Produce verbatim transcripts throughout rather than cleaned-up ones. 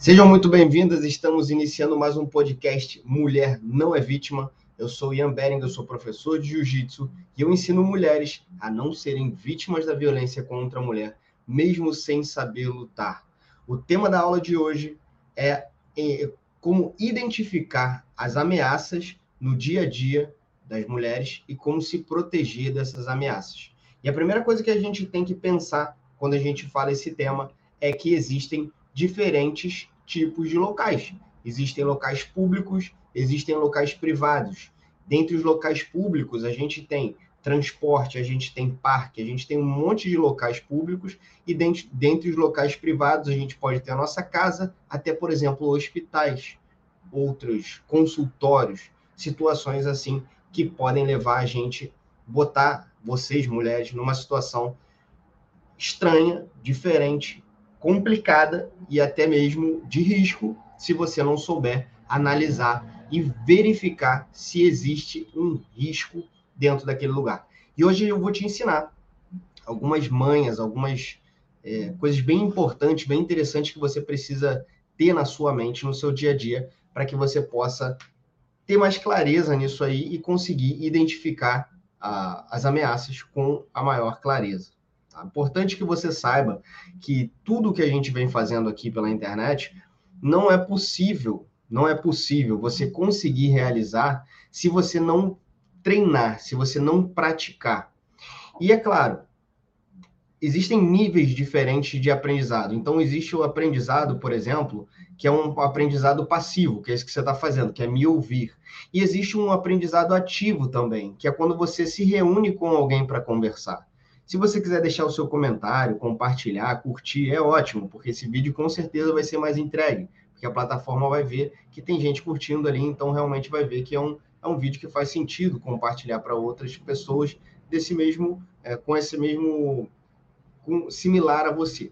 Sejam muito bem-vindas, estamos iniciando mais um podcast Mulher Não é Vítima. Eu sou Ian Bering, eu sou professor de Jiu-Jitsu e eu ensino mulheres a não serem vítimas da violência contra a mulher, mesmo sem saber lutar. O tema da aula de hoje é, é como identificar as ameaças no dia a dia das mulheres e como se proteger dessas ameaças. E a primeira coisa que a gente tem que pensar quando a gente fala esse tema é que existem diferentes tipos de locais. Existem locais públicos, existem locais privados. Dentre os locais públicos, a gente tem transporte, a gente tem parque, a gente tem um monte de locais públicos, e dentre, dentre os locais privados, a gente pode ter a nossa casa, até, por exemplo, hospitais, outros consultórios, situações assim que podem levar a gente, botar vocês, mulheres, numa situação estranha, diferente, complicada e até mesmo de risco, se você não souber analisar e verificar se existe um risco dentro daquele lugar. E hoje eu vou te ensinar algumas manhas, algumas é, coisas bem importantes, bem interessantes que você precisa ter na sua mente, no seu dia a dia, para que você possa ter mais clareza nisso aí e conseguir identificar a, as ameaças com a maior clareza. É importante que você saiba que tudo que a gente vem fazendo aqui pela internet não é possível, não é possível você conseguir realizar se você não treinar, se você não praticar. E é claro, existem níveis diferentes de aprendizado. Então, existe o aprendizado, por exemplo, que é um aprendizado passivo, que é isso que você está fazendo, que é me ouvir. E existe um aprendizado ativo também, que é quando você se reúne com alguém para conversar. Se você quiser deixar o seu comentário, compartilhar, curtir, é ótimo, porque esse vídeo com certeza vai ser mais entregue, porque a plataforma vai ver que tem gente curtindo ali, então realmente vai ver que é um, é um vídeo que faz sentido compartilhar para outras pessoas desse mesmo, é, com esse mesmo, com, similar a você.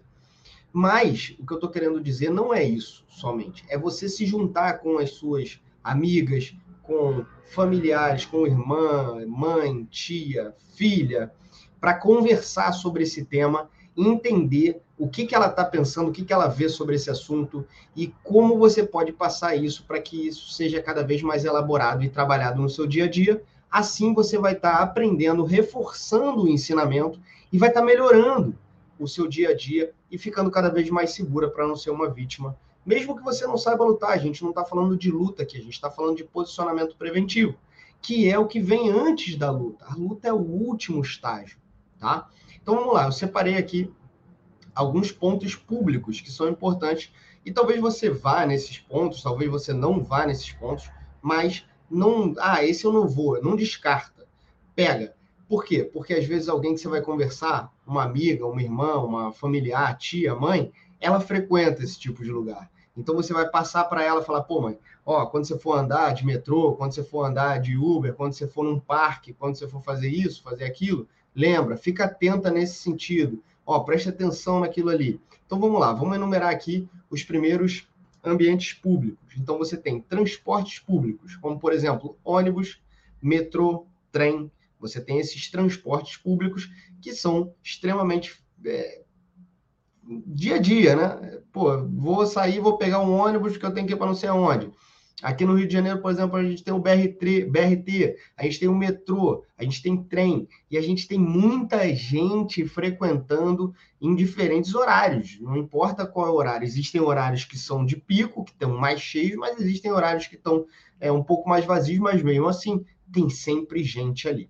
Mas o que eu estou querendo dizer não é isso somente, é você se juntar com as suas amigas, com familiares, com irmã, mãe, tia, filha, para conversar sobre esse tema, entender o que, que ela está pensando, o que, que ela vê sobre esse assunto e como você pode passar isso para que isso seja cada vez mais elaborado e trabalhado no seu dia a dia. Assim você vai estar tá aprendendo, reforçando o ensinamento e vai estar tá melhorando o seu dia a dia e ficando cada vez mais segura para não ser uma vítima. Mesmo que você não saiba lutar, a gente não está falando de luta aqui, a gente está falando de posicionamento preventivo, que é o que vem antes da luta. A luta é o último estágio, tá? Então vamos lá, eu separei aqui alguns pontos públicos que são importantes e talvez você vá nesses pontos, talvez você não vá nesses pontos, mas não, ah, esse eu não vou, não descarta, pega. Por quê? Porque às vezes alguém que você vai conversar, uma amiga, uma irmã, uma familiar, tia, mãe, ela frequenta esse tipo de lugar. Então você vai passar para ela e falar, pô, mãe, ó, quando você for andar de metrô, quando você for andar de Uber, quando você for num parque, quando você for fazer isso, fazer aquilo, lembra, fica atenta nesse sentido. Ó, preste atenção naquilo ali. Então vamos lá, vamos enumerar aqui os primeiros ambientes públicos. Então você tem transportes públicos, como por exemplo, ônibus, metrô, trem. Você tem esses transportes públicos que são extremamente é, dia a dia, né? Pô, vou sair, vou pegar um ônibus que eu tenho que ir para não sei aonde. Aqui no Rio de Janeiro, por exemplo, a gente tem o B R T, B R T, a gente tem o metrô, a gente tem trem, e a gente tem muita gente frequentando em diferentes horários. Não importa qual é o horário. Existem horários que são de pico, que estão mais cheios, mas existem horários que estão é, um pouco mais vazios, mas mesmo assim, tem sempre gente ali.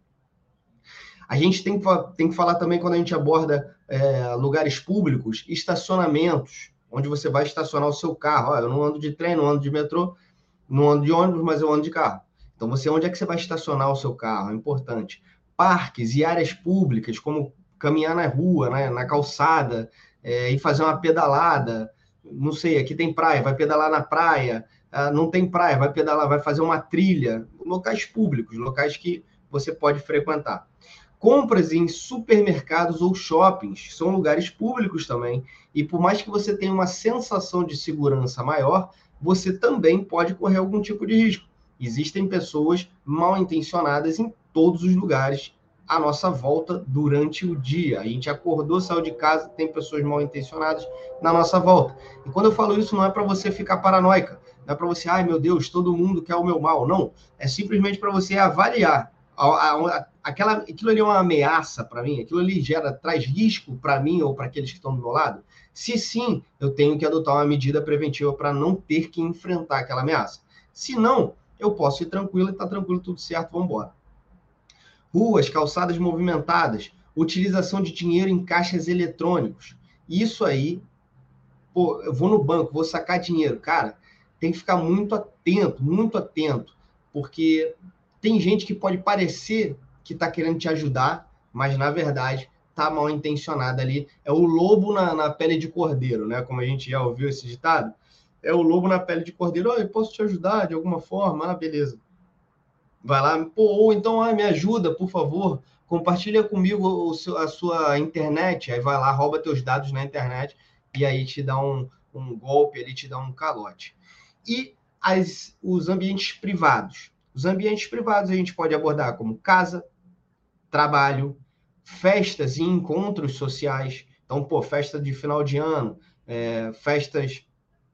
A gente tem que, tem que falar também, quando a gente aborda é, lugares públicos, estacionamentos, onde você vai estacionar o seu carro. Ó, eu não ando de trem, não ando de metrô, não ando de ônibus, mas eu ando de carro. Então, você, onde é que você vai estacionar o seu carro? É importante. Parques e áreas públicas, como caminhar na rua, né, na calçada, é, e fazer uma pedalada. Não sei, aqui tem praia, vai pedalar na praia. Ah, não tem praia, vai pedalar, vai fazer uma trilha. Locais públicos, locais que você pode frequentar. Compras em supermercados ou shoppings são lugares públicos também. E por mais que você tenha uma sensação de segurança maior, você também pode correr algum tipo de risco. Existem pessoas mal intencionadas em todos os lugares à nossa volta durante o dia. A gente acordou, saiu de casa, tem pessoas mal intencionadas na nossa volta. E quando eu falo isso, não é para você ficar paranoica, não é para você, ai meu Deus, todo mundo quer o meu mal. Não, é simplesmente para você avaliar. A, a, a, aquela, aquilo ali é uma ameaça para mim? Aquilo ali gera, traz risco para mim ou para aqueles que estão do meu lado? Se sim, eu tenho que adotar uma medida preventiva para não ter que enfrentar aquela ameaça. Se não, eu posso ir tranquilo e tá tranquilo, tudo certo, vamos embora. Ruas, calçadas movimentadas, utilização de dinheiro em caixas eletrônicos. Isso aí, pô, eu vou no banco, vou sacar dinheiro. Cara, tem que ficar muito atento, muito atento, porque tem gente que pode parecer que está querendo te ajudar, mas na verdade está mal intencionada ali. É o lobo na, na pele de cordeiro, né? Como a gente já ouviu esse ditado. É o lobo na pele de cordeiro. Oh, eu posso te ajudar de alguma forma? Ah, beleza. Vai lá, pô, ou então, ah, me ajuda, por favor, compartilha comigo o seu, a sua internet, aí vai lá, rouba teus dados na internet, e aí te dá um, um golpe, ele te dá um calote. E as, os ambientes privados. Os ambientes privados a gente pode abordar como casa, trabalho, festas e encontros sociais. Então, pô, festa de final de ano, é, festas,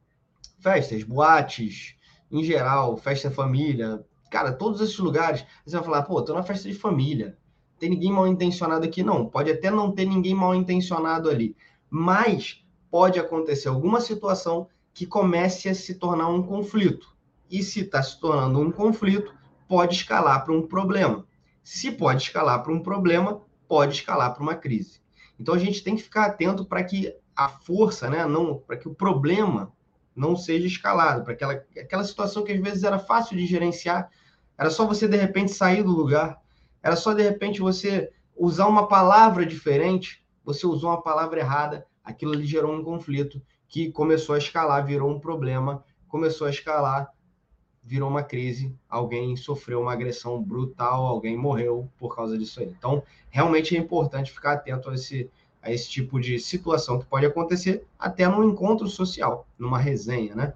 festas, boates, em geral, festa família. Cara, todos esses lugares, você vai falar, pô, tô na festa de família. Tem ninguém mal intencionado aqui? Não. Pode até não ter ninguém mal intencionado ali. Mas pode acontecer alguma situação que comece a se tornar um conflito. E se está se tornando um conflito, pode escalar para um problema. Se pode escalar para um problema, pode escalar para uma crise. Então a gente tem que ficar atento para que a força, né, não, para que o problema não seja escalado, para aquela, aquela situação que às vezes era fácil de gerenciar, era só você de repente sair do lugar, era só de repente você usar uma palavra diferente, você usou uma palavra errada, aquilo ali gerou um conflito que começou a escalar, virou um problema, começou a escalar, virou uma crise, alguém sofreu uma agressão brutal, alguém morreu por causa disso aí. Então, realmente é importante ficar atento a esse, a esse tipo de situação que pode acontecer até num encontro social, numa resenha, né?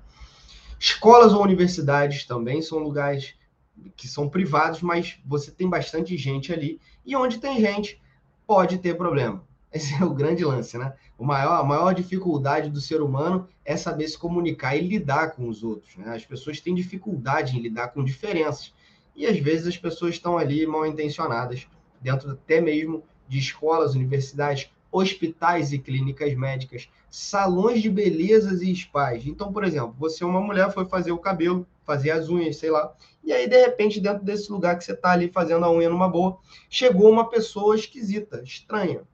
Escolas ou universidades também são lugares que são privados, mas você tem bastante gente ali, e onde tem gente, pode ter problema. Esse é o grande lance, né? O maior, a maior dificuldade do ser humano é saber se comunicar e lidar com os outros, né? As pessoas têm dificuldade em lidar com diferenças, e às vezes as pessoas estão ali mal intencionadas, dentro até mesmo de escolas, universidades, hospitais e clínicas médicas, salões de belezas e spas. Então, por exemplo, você é uma mulher, foi fazer o cabelo, fazer as unhas, sei lá, e aí, de repente, dentro desse lugar que você está ali fazendo a unha numa boa, chegou uma pessoa esquisita, estranha.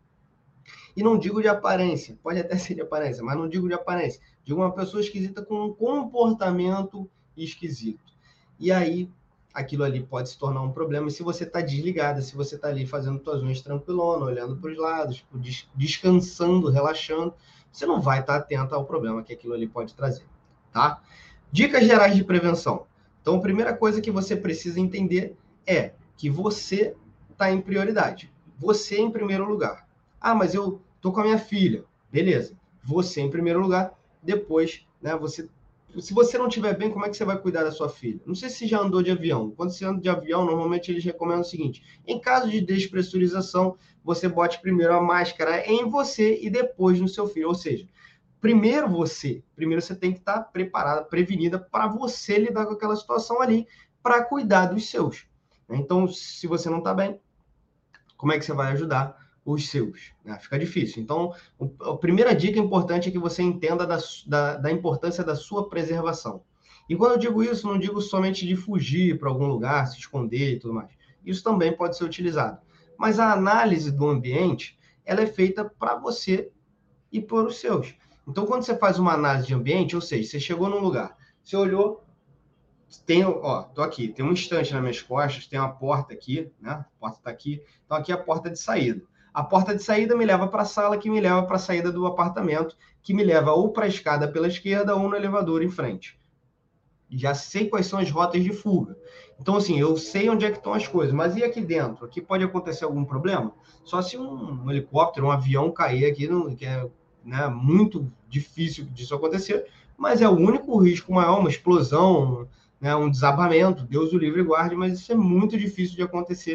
E não digo de aparência, pode até ser de aparência, mas não digo de aparência. Digo uma pessoa esquisita com um comportamento esquisito. E aí, aquilo ali pode se tornar um problema. E se você está desligada, se você está ali fazendo suas unhas tranquilona, olhando para os lados, descansando, relaxando, você não vai estar atento ao problema que aquilo ali pode trazer, tá? Dicas gerais de prevenção. Então, a primeira coisa que você precisa entender é que você está em prioridade. Você em primeiro lugar. Ah, mas eu tô com a minha filha. Beleza. Você em primeiro lugar. Depois, né, você... Se você não estiver bem, como é que você vai cuidar da sua filha? Não sei se já andou de avião. Quando você anda de avião, normalmente eles recomendam o seguinte: em caso de despressurização, você bote primeiro a máscara em você e depois no seu filho. Ou seja, primeiro você, primeiro você tem que estar preparada, prevenida para você lidar com aquela situação ali, para cuidar dos seus. Então, se você não está bem, como é que você vai ajudar os seus? Né? Fica difícil. Então, a primeira dica importante é que você entenda da, da, da importância da sua preservação. E quando eu digo isso, não digo somente de fugir para algum lugar, se esconder e tudo mais. Isso também pode ser utilizado. Mas a análise do ambiente, ela é feita para você e para os seus. Então, quando você faz uma análise de ambiente, ou seja, você chegou num lugar, você olhou, tem, ó, tô aqui, tem um estante nas minhas costas, tem uma porta aqui, né? A porta tá aqui. Então, aqui é a porta de saída. A porta de saída me leva para a sala, que me leva para a saída do apartamento, que me leva ou para a escada pela esquerda ou no elevador em frente. Já sei quais são as rotas de fuga. Então, assim, eu sei onde é que estão as coisas. Mas e aqui dentro? Aqui pode acontecer algum problema? Só se um, um helicóptero, um avião cair aqui, no, que é, né, muito difícil disso acontecer, mas é o único risco maior, uma explosão, né, um desabamento, Deus o livre e guarde, mas isso é muito difícil de acontecer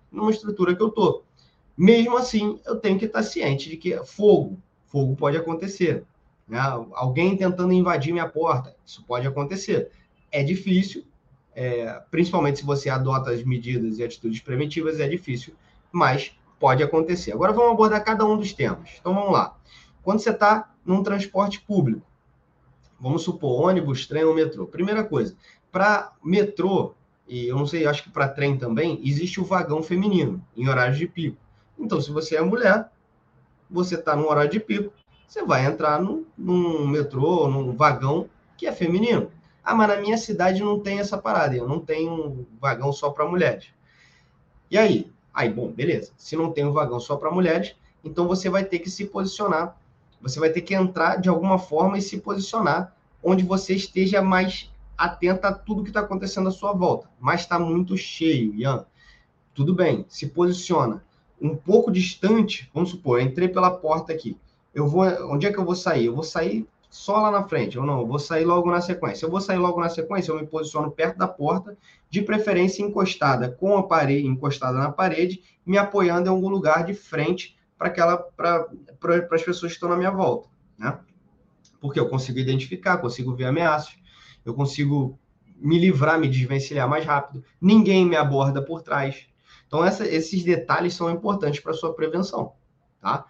numa estrutura que eu estou. Mesmo assim, eu tenho que estar ciente de que fogo, fogo pode acontecer. Né? Alguém tentando invadir minha porta, isso pode acontecer. É difícil, é, principalmente se você adota as medidas e atitudes preventivas, é difícil, mas pode acontecer. Agora vamos abordar cada um dos temas. Então vamos lá. Quando você está num transporte público, vamos supor ônibus, trem ou metrô. Primeira coisa, para metrô, e eu não sei, acho que para trem também, existe o vagão feminino, em horários de pico. Então, se você é mulher, você está num horário de pico, você vai entrar num, num metrô, num vagão que é feminino. Ah, mas na minha cidade não tem essa parada, eu não tenho um vagão só para mulheres. E aí? Aí, bom, beleza. Se não tem um vagão só para mulheres, então você vai ter que se posicionar, você vai ter que entrar de alguma forma e se posicionar onde você esteja mais atenta a tudo que está acontecendo à sua volta. Mas está muito cheio, Ian. Tudo bem, se posiciona um pouco distante, vamos supor, eu entrei pela porta aqui. Eu vou, onde é que eu vou sair? Eu vou sair só lá na frente, ou não, eu vou sair logo na sequência. Eu vou sair logo na sequência, eu me posiciono perto da porta, de preferência encostada com a parede, encostada na parede, me apoiando em algum lugar de frente para aquela para as pessoas que estão na minha volta, né? Porque eu consigo identificar, consigo ver ameaças, eu consigo me livrar, me desvencilhar mais rápido, ninguém me aborda por trás. Então, essa, esses detalhes são importantes para a sua prevenção, tá?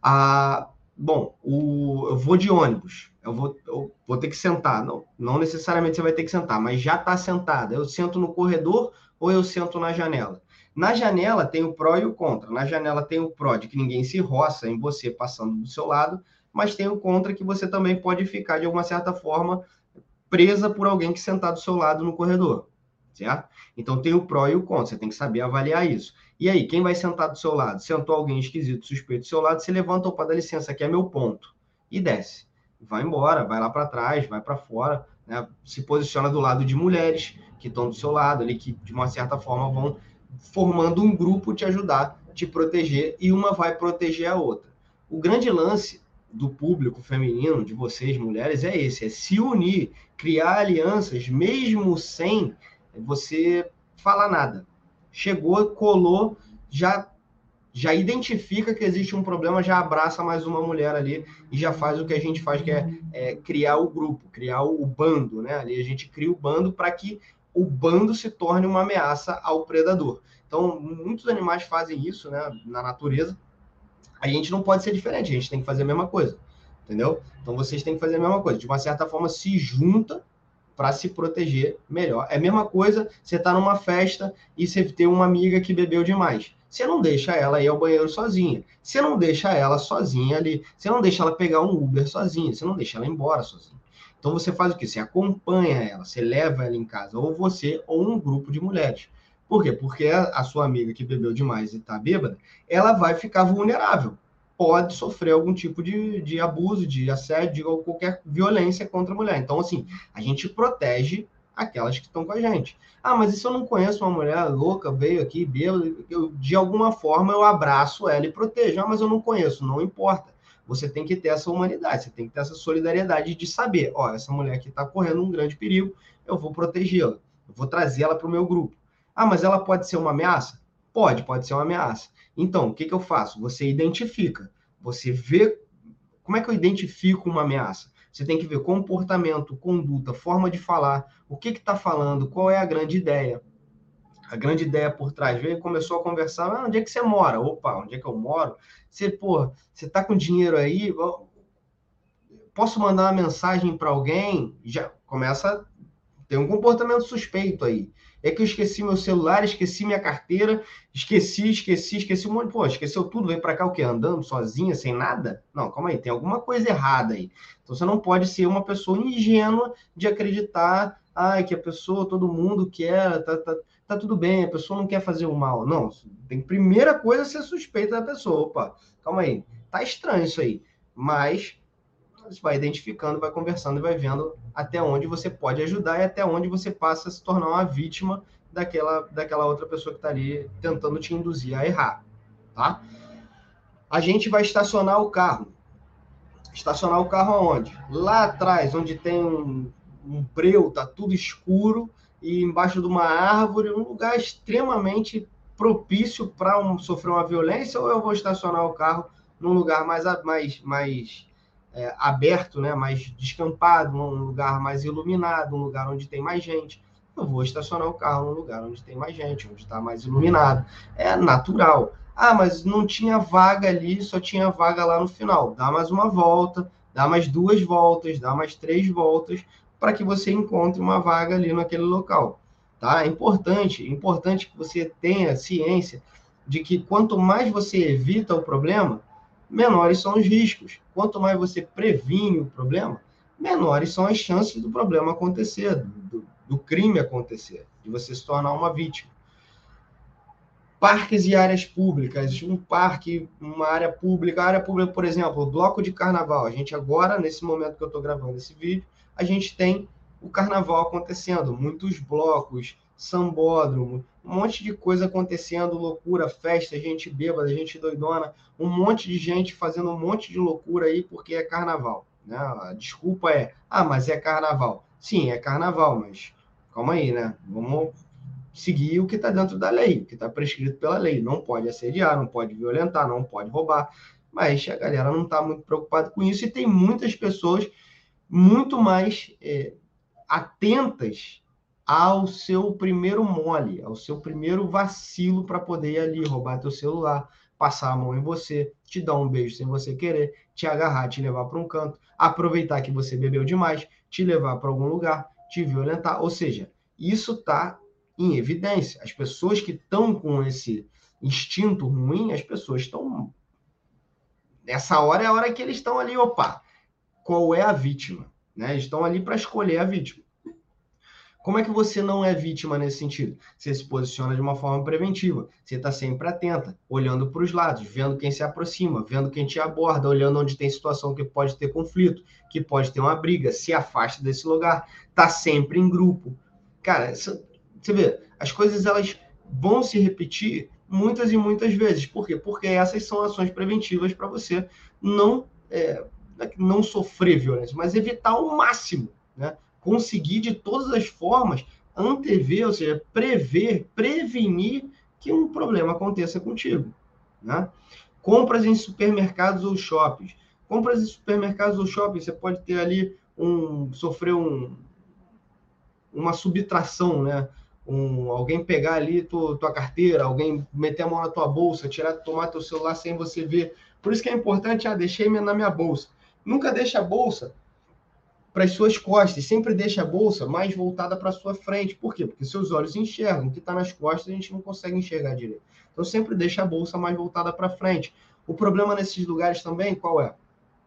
Ah, bom, o, eu vou de ônibus, eu vou, eu vou ter que sentar, não, não necessariamente você vai ter que sentar, mas já está sentado, eu sento no corredor ou eu sento na janela? Na janela tem o pró e o contra, na janela tem o pró de que ninguém se roça em você passando do seu lado, mas tem o contra que você também pode ficar, de alguma certa forma, presa por alguém que sentar do seu lado no corredor, certo? Então tem o pró e o contra, você tem que saber avaliar isso. E aí, quem vai sentar do seu lado? Sentou alguém esquisito, suspeito do seu lado, você levanta, opa, dá licença, aqui é meu ponto, e desce. Vai embora, vai lá para trás, vai para fora, né? Se posiciona do lado de mulheres que estão do seu lado ali, que de uma certa forma vão formando um grupo te ajudar, te proteger, e uma vai proteger a outra. O grande lance do público feminino, de vocês, mulheres, é esse, é se unir, criar alianças, mesmo sem você falar nada. Chegou, colou, já, já identifica que existe um problema, já abraça mais uma mulher ali e já faz o que a gente faz, que é, é criar o grupo, criar o, o bando, né? Ali a gente cria o bando para que o bando se torne uma ameaça ao predador. Então, muitos animais fazem isso, né, na natureza. A gente não pode ser diferente, a gente tem que fazer a mesma coisa, entendeu? Então vocês têm que fazer a mesma coisa. De uma certa forma, se junta para se proteger melhor. É a mesma coisa, você está numa festa e você tem uma amiga que bebeu demais. Você não deixa ela ir ao banheiro sozinha. Você não deixa ela sozinha ali. Você não deixa ela pegar um Uber sozinha. Você não deixa ela embora sozinha. Então você faz o quê? Você acompanha ela, você leva ela em casa, ou você ou um grupo de mulheres. Por quê? Porque a sua amiga que bebeu demais e está bêbada, ela vai ficar vulnerável. Pode sofrer algum tipo de, de abuso, de assédio, ou qualquer violência contra a mulher. Então, assim, a gente protege aquelas que estão com a gente. Ah, mas e se eu não conheço uma mulher louca, veio aqui, bêbada, eu, de alguma forma eu abraço ela e protejo. Ah, mas eu não conheço, não importa. Você tem que ter essa humanidade, você tem que ter essa solidariedade de saber, ó, essa mulher aqui está correndo um grande perigo, eu vou protegê-la, eu vou trazer ela para o meu grupo. Ah, mas ela pode ser uma ameaça? Pode, pode ser uma ameaça. Então, o que, que eu faço? Você identifica, você vê... Como é que eu identifico uma ameaça? Você tem que ver comportamento, conduta, forma de falar, o que está falando, qual é a grande ideia. A grande ideia por trás. Veio, começou a conversar, ah, onde é que você mora? Opa, onde é que eu moro? Você, pô, você tá com dinheiro aí? Posso mandar uma mensagem para alguém? Já começa... Tem um comportamento suspeito aí. É que eu esqueci meu celular, esqueci minha carteira, esqueci, esqueci, esqueci um monte. Pô, esqueceu tudo, veio para cá o quê? Andando sozinha, sem nada? Não, calma aí, tem alguma coisa errada aí. Então você não pode ser uma pessoa ingênua de acreditar, ah, que a pessoa, todo mundo quer, tá, tá, tá tudo bem, a pessoa não quer fazer o mal. Não, tem primeira coisa ser suspeita da pessoa. Opa, calma aí, tá estranho isso aí. Mas você vai identificando, vai conversando e vai vendo até onde você pode ajudar e até onde você passa a se tornar uma vítima daquela, daquela outra pessoa que está ali tentando te induzir a errar, tá? A gente vai estacionar o carro. Estacionar o carro aonde? Lá atrás, onde tem um, um breu, tá tudo escuro, e embaixo de uma árvore, um lugar extremamente propício para um, sofrer uma violência, ou eu vou estacionar o carro num lugar mais, mais, mais é, aberto, né? Mais descampado, um lugar mais iluminado, um lugar onde tem mais gente? Eu vou estacionar o carro num lugar onde tem mais gente, onde está mais iluminado. É natural. Ah, mas não tinha vaga ali, só tinha vaga lá no final. Dá mais uma volta, dá mais duas voltas, dá mais três voltas, para que você encontre uma vaga ali naquele local. Tá? É importante, é importante que você tenha ciência de que quanto mais você evita o problema, menores são os riscos. Quanto mais você previne o problema, menores são as chances do problema acontecer, do, do crime acontecer, de você se tornar uma vítima. Parques e áreas públicas, um parque, uma área pública, área pública, por exemplo, o bloco de carnaval. A gente agora, nesse momento que eu estou gravando esse vídeo, a gente tem o carnaval acontecendo, muitos blocos, sambódromo, um monte de coisa acontecendo, loucura, festa, gente bêbada, gente doidona, um monte de gente fazendo um monte de loucura aí porque é carnaval, né? A desculpa é, ah, mas é carnaval. Sim, é carnaval, mas calma aí, né? Vamos seguir o que está dentro da lei, o que está prescrito pela lei. Não pode assediar, não pode violentar, não pode roubar. Mas a galera não está muito preocupada com isso e tem muitas pessoas muito mais é, atentas ao seu primeiro mole, ao seu primeiro vacilo para poder ir ali roubar teu celular, passar a mão em você, te dar um beijo sem você querer, te agarrar, te levar para um canto, aproveitar que você bebeu demais, te levar para algum lugar, te violentar. Ou seja, isso está em evidência. As pessoas que estão com esse instinto ruim, as pessoas estão... Nessa hora é a hora que eles estão ali, opa, qual é a vítima? Né? Eles estão ali para escolher a vítima. Como é que você não é vítima nesse sentido? Você se posiciona de uma forma preventiva. Você está sempre atenta, olhando para os lados, vendo quem se aproxima, vendo quem te aborda, olhando onde tem situação que pode ter conflito, que pode ter uma briga, se afasta desse lugar. Está sempre em grupo. Cara, isso... Você vê, as coisas elas vão se repetir muitas e muitas vezes. Por quê? Porque essas são ações preventivas para você não, é, não sofrer violência, mas evitar ao máximo, né? Conseguir de todas as formas antever, ou seja, prever, prevenir que um problema aconteça contigo, né? Compras em supermercados ou shoppings. Compras em supermercados ou shoppings, você pode ter ali um, sofrer um, uma subtração, né? Um, alguém pegar ali tu, tua carteira, alguém meter a mão na tua bolsa, tirar, tomar teu celular sem você ver. Por isso que é importante, ah, deixei na minha bolsa. Nunca deixa a bolsa para as suas costas, sempre deixa a bolsa mais voltada para a sua frente. Por quê? Porque seus olhos enxergam, o que está nas costas a gente não consegue enxergar direito. Então sempre deixa a bolsa mais voltada para frente. O problema nesses lugares também, qual é?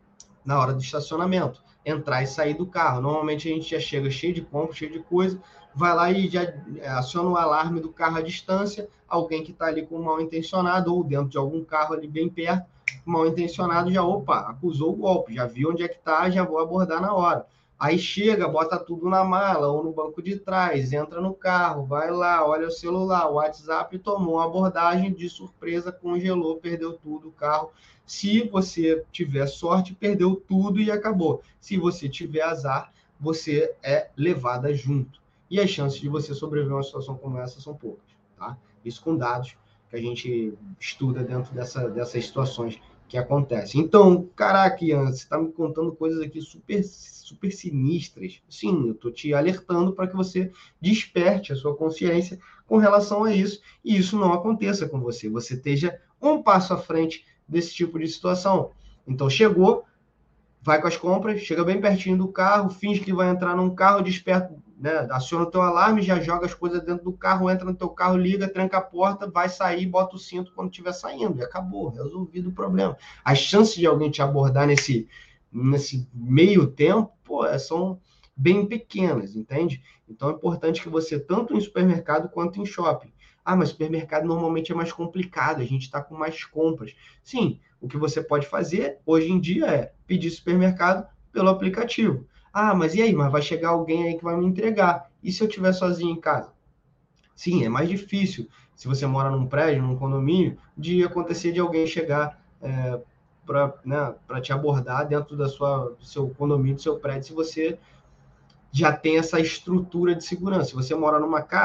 Na hora do estacionamento, entrar e sair do carro. Normalmente a gente já chega cheio de compra, cheio de coisa, vai lá e já aciona o alarme do carro à distância, alguém que está ali com mal intencionado, ou dentro de algum carro ali bem perto, mal intencionado, já, opa, acusou o golpe, já viu onde é que está, já vou abordar na hora. Aí chega, bota tudo na mala ou no banco de trás, entra no carro, vai lá, olha o celular, o WhatsApp, tomou uma abordagem de surpresa, congelou, perdeu tudo, o carro. Se você tiver sorte, perdeu tudo e acabou. Se você tiver azar, você é levada junto. E as chances de você sobreviver a uma situação como essa são poucas, tá? Isso com dados que a gente estuda dentro dessa, dessas situações que acontecem. Então, caraca, Ian, você está me contando coisas aqui super, super sinistras. Sim, eu estou te alertando para que você desperte a sua consciência com relação a isso, e isso não aconteça com você. Você esteja um passo à frente desse tipo de situação. Então, chegou, vai com as compras, chega bem pertinho do carro, finge que vai entrar num carro, desperta, né, aciona o teu alarme, já joga as coisas dentro do carro, entra no teu carro, liga, tranca a porta, vai sair, bota o cinto quando estiver saindo, e acabou, resolvido o problema. As chances de alguém te abordar nesse, nesse meio tempo, pô, são bem pequenas, entende? Então é importante que você, tanto em supermercado quanto em shopping. Ah, mas supermercado normalmente é mais complicado, a gente está com mais compras. Sim, o que você pode fazer hoje em dia é pedir supermercado pelo aplicativo. Ah, mas e aí? Mas vai chegar alguém aí que vai me entregar. E se eu estiver sozinho em casa? Sim, é mais difícil, se você mora num prédio, num condomínio, de acontecer de alguém chegar é, para, né, para te abordar dentro da sua, do seu condomínio, do seu prédio, se você já tem essa estrutura de segurança. Se você mora numa casa,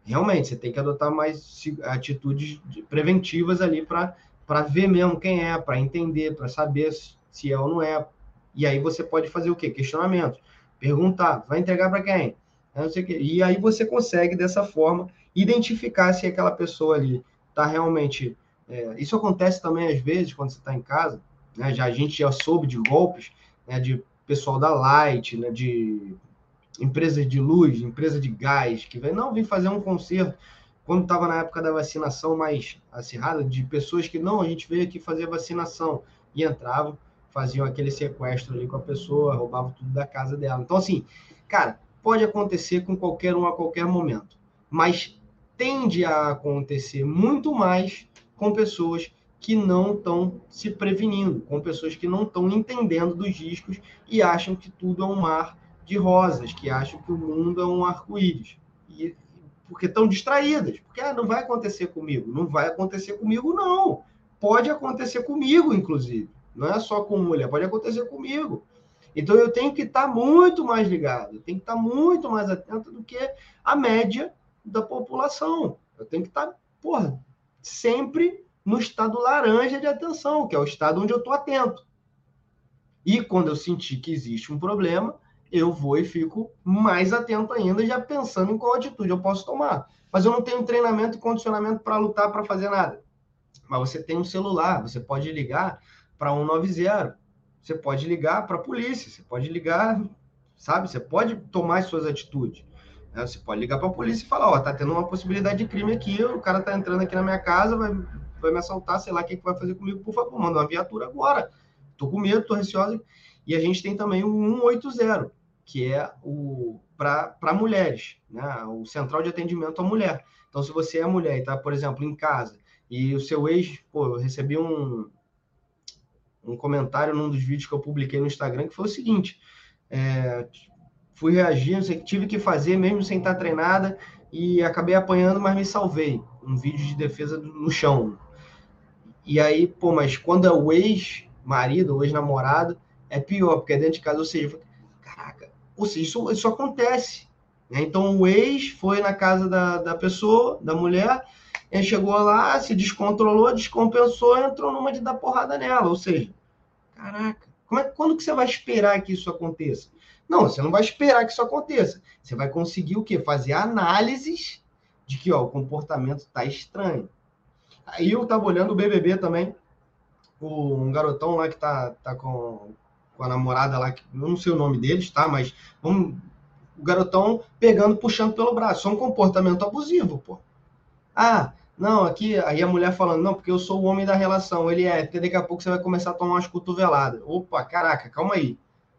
realmente, você tem que adotar mais atitudes preventivas ali para para ver mesmo quem é, para entender, para saber se é ou não é. E aí você pode fazer o quê? Questionamentos. Perguntar, vai entregar para quem? Não sei o quê. E aí você consegue, dessa forma, identificar se aquela pessoa ali está realmente... É, isso acontece também, às vezes, quando você está em casa, né? Já, a gente já soube de golpes, né, de pessoal da Light, né, de empresas de luz, empresa de gás, que vem, não, vim fazer um concerto, quando estava na época da vacinação mais acirrada, de pessoas que, não, a gente veio aqui fazer vacinação, e entravam, faziam aquele sequestro ali com a pessoa, roubavam tudo da casa dela. Então, assim, cara, pode acontecer com qualquer um a qualquer momento, mas tende a acontecer muito mais com pessoas que não estão se prevenindo, com pessoas que não estão entendendo dos riscos e acham que tudo é um mar de rosas, que acham que o mundo é um arco-íris. E, porque estão distraídas. Porque ah, não vai acontecer comigo. Não vai acontecer comigo, não. Pode acontecer comigo, inclusive. Não é só com mulher, pode acontecer comigo. Então eu tenho que estar muito mais ligado, eu tenho que estar muito mais atento do que a média da população. Eu tenho que estar, porra, sempre no estado laranja de atenção, que é o estado onde eu estou atento. E quando eu sentir que existe um problema, eu vou e fico mais atento ainda, já pensando em qual atitude eu posso tomar. Mas eu não tenho treinamento e condicionamento para lutar, para fazer nada. Mas você tem um celular, você pode ligar para cento e noventa, você pode ligar para a polícia, você pode ligar, sabe? Você pode tomar as suas atitudes. Né? Você pode ligar para a polícia e falar, ó, tá tendo uma possibilidade de crime aqui, o cara tá entrando aqui na minha casa, vai, vai me assaltar, sei lá o que, que vai fazer comigo, por favor, manda uma viatura agora. Tô com medo, tô receosa. E a gente tem também o cento e oitenta, que é o para mulheres, né? O central de atendimento à mulher. Então, se você é mulher e está, por exemplo, em casa, e o seu ex, pô, eu recebi um, um comentário num dos vídeos que eu publiquei no Instagram, que foi o seguinte, é, fui reagir, não sei, tive que fazer mesmo sem estar treinada, e acabei apanhando, mas me salvei. Um vídeo de defesa no chão. E aí, pô, mas quando é o ex-marido, o ex-namorado, é pior, porque é dentro de casa, ou seja, caraca, ou seja, isso, isso acontece. Né? Então, o ex foi na casa da, da pessoa, da mulher, ele chegou lá, se descontrolou, descompensou, entrou numa de dar porrada nela. Ou seja, caraca, como é, quando que você vai esperar que isso aconteça? Não, você não vai esperar que isso aconteça. Você vai conseguir o quê? Fazer análises de que ó, o comportamento está estranho. Aí eu tava olhando o B B B também, um garotão lá que tá, tá com, com a namorada lá, que eu não sei o nome deles, tá? Mas vamos, o garotão pegando, puxando pelo braço. Isso é um comportamento abusivo, pô. Ah, não, aqui, aí a mulher falando, não, porque eu sou o homem da relação. Ele é, porque daqui a pouco você vai começar a tomar umas cotoveladas. Opa, caraca, calma aí.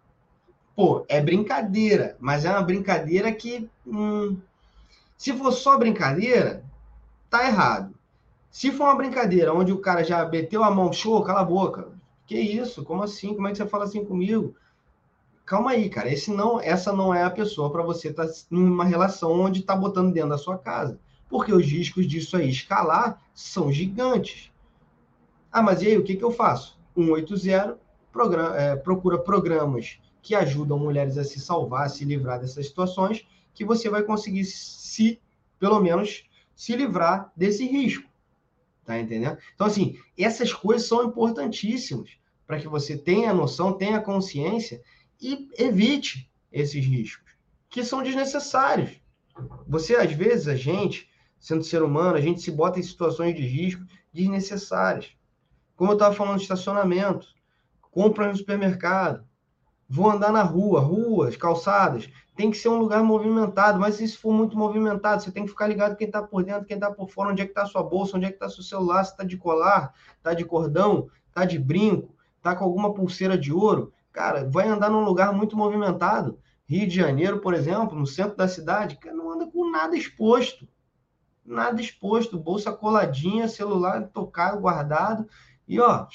Pô, é brincadeira, mas é uma brincadeira que, hum, se for só brincadeira, tá errado. Se for uma brincadeira onde o cara já meteu a mão, show, cala a boca. Que isso? Como assim? Como é que você fala assim comigo? Calma aí, cara. Esse não, essa não é a pessoa para você estar tá numa relação onde está botando dentro da sua casa. Porque os riscos disso aí escalar são gigantes. Ah, mas e aí, o que, que eu faço? cento e oitenta programa, é, procura programas que ajudam mulheres a se salvar, a se livrar dessas situações, que você vai conseguir se, pelo menos, se livrar desse risco. Tá entendendo? Então, assim, essas coisas são importantíssimas para que você tenha noção, tenha consciência e evite esses riscos, que são desnecessários. Você, às vezes, a gente, sendo ser humano, a gente se bota em situações de risco desnecessárias. Como eu estava falando de estacionamento, compra no supermercado, vou andar na rua, ruas, calçadas, tem que ser um lugar movimentado, mas se for muito movimentado, você tem que ficar ligado quem está por dentro, quem está por fora, onde é que está a sua bolsa, onde é que está seu celular, se está de colar, está de cordão, está de brinco, está com alguma pulseira de ouro. Cara, vai andar num lugar muito movimentado. Rio de Janeiro, por exemplo, no centro da cidade, cara, não anda com nada exposto. Nada exposto, bolsa coladinha, celular tocado, guardado, e ó,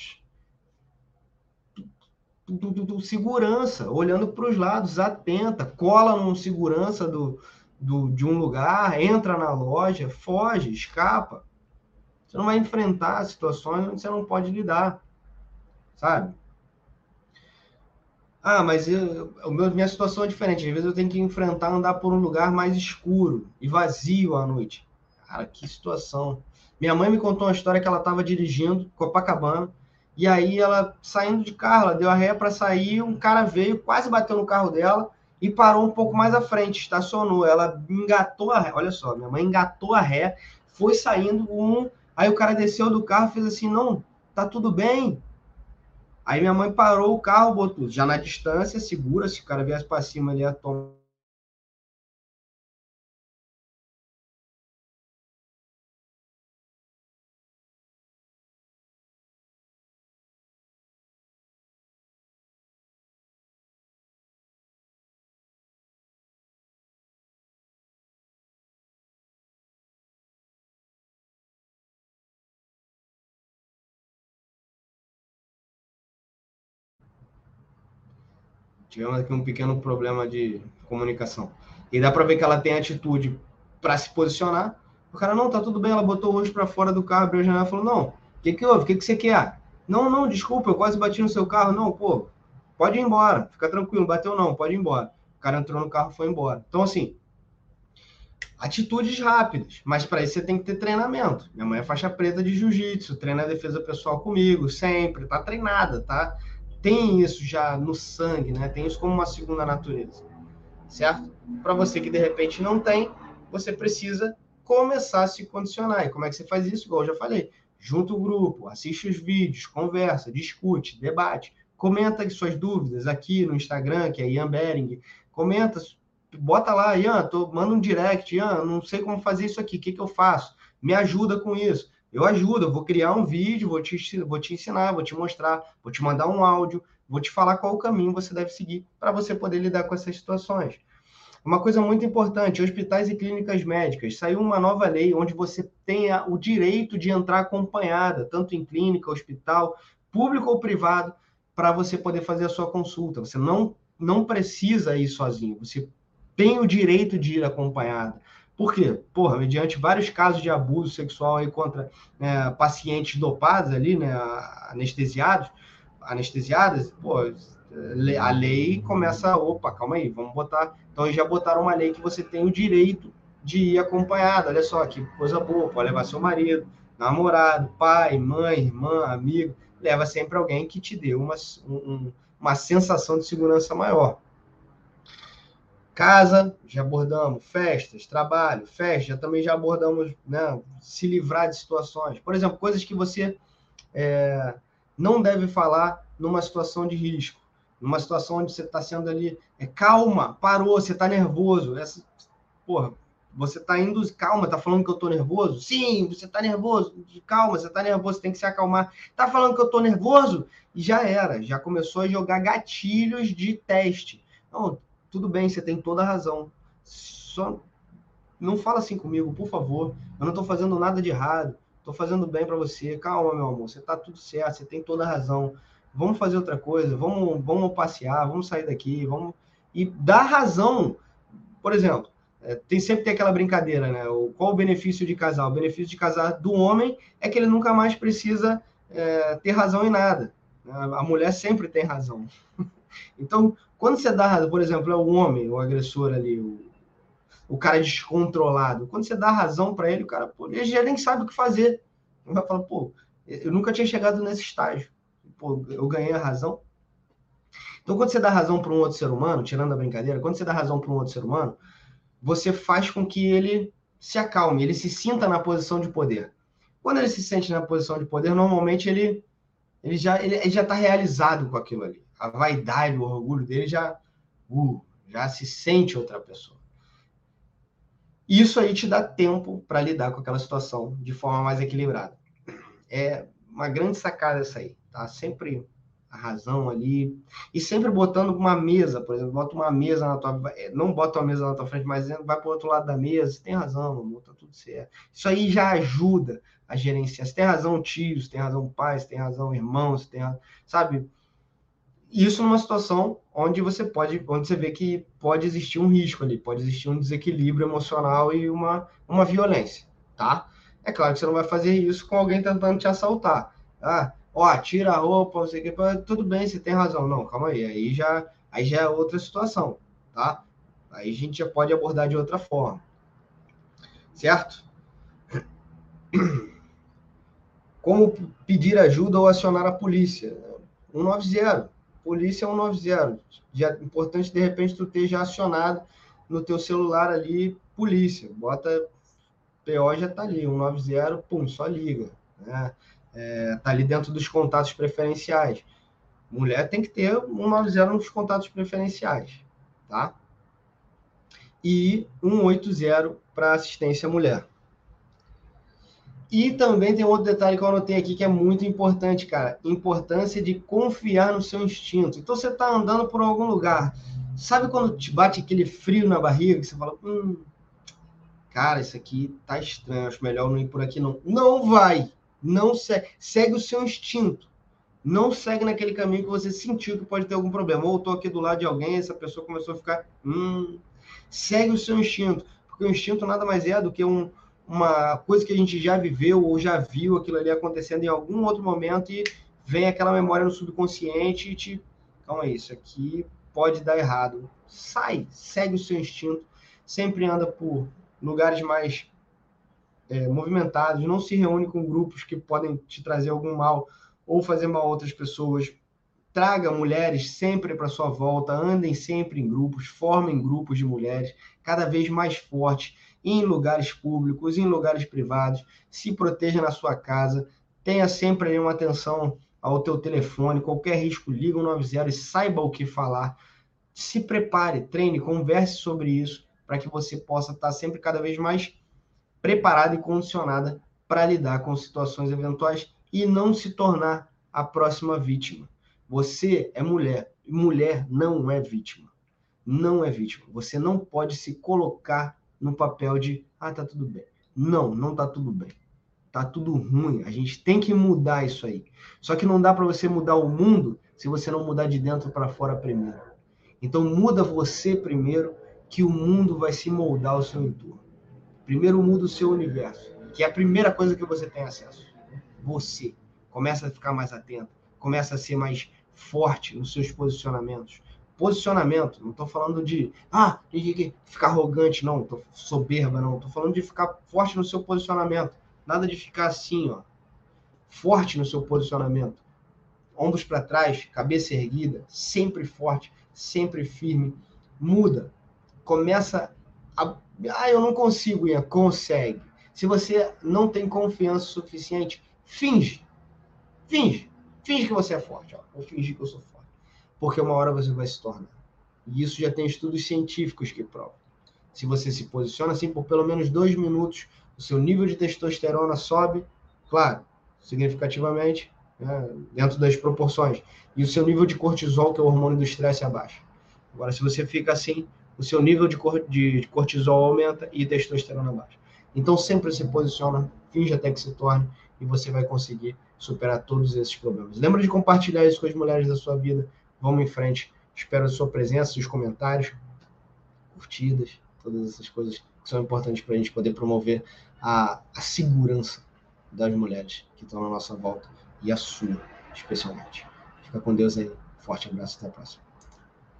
do, do, do segurança, olhando para os lados, atenta, cola num segurança do, do, de um lugar, entra na loja, foge, escapa. Você não vai enfrentar situações onde você não pode lidar, sabe? Ah, mas eu, o meu, minha situação é diferente. Às vezes eu tenho que enfrentar andar por um lugar mais escuro e vazio à noite. Cara, que situação. Minha mãe me contou uma história que ela estava dirigindo Copacabana e aí ela saindo de carro, ela deu a ré para sair, um cara veio, quase bateu no carro dela e parou um pouco mais à frente, estacionou. Ela engatou a ré, olha só, minha mãe engatou a ré, foi saindo um, aí o cara desceu do carro, fez assim, não, tá tudo bem. Aí minha mãe parou o carro, botou já na distância, segura, se o cara viesse para cima ali, ia tomar. Tivemos aqui um pequeno problema de comunicação. E dá para ver que ela tem atitude para se posicionar. O cara, não, tá tudo bem, ela botou o rosto para fora do carro, abriu a janela e falou, não, o que que houve? O que que você quer? Não, não, desculpa, eu quase bati no seu carro. Não, pô, pode ir embora, fica tranquilo, bateu não, pode ir embora. O cara entrou no carro e foi embora. Então, assim, atitudes rápidas, mas para isso você tem que ter treinamento. Minha mãe é faixa preta de jiu-jitsu, treina a defesa pessoal comigo, sempre, tá treinada, tá? Tem isso já no sangue, né? Tem isso como uma segunda natureza, certo? Para você que de repente não tem, você precisa começar a se condicionar. E como é que você faz isso? Igual eu já falei, junta o grupo, assiste os vídeos, conversa, discute, debate, comenta suas dúvidas aqui no Instagram, que é Ian Bering, comenta, bota lá, Ian, tô, manda um direct, Ian, não sei como fazer isso aqui, o que, que eu faço? Me ajuda com isso. Eu ajudo, eu vou criar um vídeo, vou te, vou te ensinar, vou te mostrar, vou te mandar um áudio, vou te falar qual o caminho você deve seguir para você poder lidar com essas situações. Uma coisa muito importante, hospitais e clínicas médicas. Saiu uma nova lei onde você tenha o direito de entrar acompanhada, tanto em clínica, hospital, público ou privado, para você poder fazer a sua consulta. Você não, não precisa ir sozinho, você tem o direito de ir acompanhada. Por quê? Porra, mediante vários casos de abuso sexual aí contra né, pacientes dopados ali, né, anestesiados, anestesiadas, pô, a lei começa, opa, calma aí, vamos botar. Então eles já botaram uma lei que você tem o direito de ir acompanhado. Olha só, que coisa boa, pode levar seu marido, namorado, pai, mãe, irmã, amigo, leva sempre alguém que te dê uma, um, uma sensação de segurança maior. Casa, já abordamos, festas, trabalho, festa, já também já abordamos, né, se livrar de situações. Por exemplo, coisas que você é, não deve falar numa situação de risco, numa situação onde você está sendo ali, é, calma, parou, você está nervoso, essa, porra, você está indo, calma, tá falando que eu estou nervoso? Sim, você está nervoso, calma, você está nervoso, tem que se acalmar. Tá falando que eu estou nervoso? E já era, já começou a jogar gatilhos de teste. Não, tudo bem, você tem toda a razão. Só não fala assim comigo, por favor. Eu não estou fazendo nada de errado. Estou fazendo bem para você. Calma, meu amor. Você está tudo certo. Você tem toda a razão. Vamos fazer outra coisa. Vamos, vamos passear. Vamos sair daqui. Vamos e dar razão. Por exemplo, é, tem sempre tem aquela brincadeira, né? O, qual o benefício de casar? O benefício de casar do homem é que ele nunca mais precisa é, ter razão em nada. A mulher sempre tem razão. Então, quando você dá razão, por exemplo, é o homem, o agressor ali, o, o cara descontrolado. Quando você dá razão para ele, o cara, pô, ele já nem sabe o que fazer. Ele vai falar, pô, eu nunca tinha chegado nesse estágio. Pô, eu ganhei a razão. Então, quando você dá razão para um outro ser humano, tirando a brincadeira, quando você dá razão para um outro ser humano, você faz com que ele se acalme, ele se sinta na posição de poder. Quando ele se sente na posição de poder, normalmente ele, ele já ele, ele já está realizado com aquilo ali. A vaidade, o orgulho dele já, uh, já se sente outra pessoa. Isso aí te dá tempo para lidar com aquela situação de forma mais equilibrada. É uma grande sacada essa aí, tá? Sempre a razão ali. E sempre botando uma mesa, por exemplo, bota uma mesa na tua... Não bota uma mesa na tua frente, mas vai para o outro lado da mesa. Você tem razão, amor, tá tudo certo. Isso aí já ajuda a gerenciar. Você tem razão, tios, tem razão, pais, tem razão, irmãos, tem razão, sabe? Isso numa situação onde você pode, onde você vê que pode existir um risco ali, pode existir um desequilíbrio emocional e uma, uma violência, tá? É claro que você não vai fazer isso com alguém tentando te assaltar. Ah, ó, tira a roupa, não sei o que, tudo bem, você tem razão. Não, calma aí, aí já, aí já é outra situação, tá? Aí a gente já pode abordar de outra forma, certo? Como pedir ajuda ou acionar a polícia? um nove zero. Polícia é um nove zero. Já, é importante, de repente, tu ter já acionado no teu celular ali, polícia. Bota P O, já tá ali, um nove zero, pum, só liga. Né? É, tá ali dentro dos contatos preferenciais. Mulher tem que ter um nove zero nos contatos preferenciais, tá? E um oito zero para assistência à mulher. E também tem outro detalhe que eu anotei aqui que é muito importante, cara. Importância de confiar no seu instinto. Então você tá andando por algum lugar. Sabe quando te bate aquele frio na barriga que você fala, hum, cara, isso aqui tá estranho, acho melhor não ir por aqui não. Não vai. Não segue. Segue o seu instinto. Não segue naquele caminho que você sentiu que pode ter algum problema. Ou estou aqui do lado de alguém, essa pessoa começou a ficar, hum, segue o seu instinto, porque o instinto nada mais é do que um, uma coisa que a gente já viveu ou já viu aquilo ali acontecendo em algum outro momento e vem aquela memória no subconsciente e te, calma aí, isso aqui pode dar errado. Sai, segue o seu instinto, sempre anda por lugares mais é, movimentados, não se reúne com grupos que podem te trazer algum mal ou fazer mal a outras pessoas. Traga mulheres sempre para sua volta, andem sempre em grupos, formem grupos de mulheres cada vez mais fortes, em lugares públicos, em lugares privados, se proteja na sua casa, tenha sempre ali uma atenção ao teu telefone, qualquer risco, liga um nove zero e saiba o que falar. Se prepare, treine, converse sobre isso, para que você possa estar sempre cada vez mais preparada e condicionada para lidar com situações eventuais e não se tornar a próxima vítima. Você é mulher, e mulher não é vítima. Não é vítima. Você não pode se colocar no papel de, ah, tá tudo bem. Não, não tá tudo bem. Tá tudo ruim. A gente tem que mudar isso aí. Só que não dá para você mudar o mundo se você não mudar de dentro para fora primeiro. Então muda você primeiro, que o mundo vai se moldar ao seu entorno. Primeiro muda o seu universo, que é a primeira coisa que você tem acesso. Você começa a ficar mais atento, começa a ser mais forte nos seus posicionamentos. Posicionamento, não estou falando de, ah, de, de ficar arrogante, não, tô soberba, não. Estou falando de ficar forte no seu posicionamento. Nada de ficar assim, ó, forte no seu posicionamento. Ombros para trás, cabeça erguida, sempre forte, sempre firme. Muda. Começa a... Ah, eu não consigo, Ian. Consegue. Se você não tem confiança suficiente, finge. Finge. Finge que você é forte. Ó. Vou fingir que eu sou forte. Porque uma hora você vai se tornar. E isso já tem estudos científicos que provam. Se você se posiciona assim por pelo menos dois minutos, o seu nível de testosterona sobe, claro, significativamente, né, dentro das proporções. E o seu nível de cortisol, que é o hormônio do estresse, abaixa. Agora, se você fica assim, o seu nível de, cor, de, de cortisol aumenta e testosterona baixa. Então, sempre se posiciona, finge até que se torne, e você vai conseguir superar todos esses problemas. Lembra de compartilhar isso com as mulheres da sua vida. Vamos em frente. Espero a sua presença, seus comentários, curtidas, todas essas coisas que são importantes para a gente poder promover a, a segurança das mulheres que estão na nossa volta e a sua, especialmente. Fica com Deus aí. Forte abraço, até a próxima.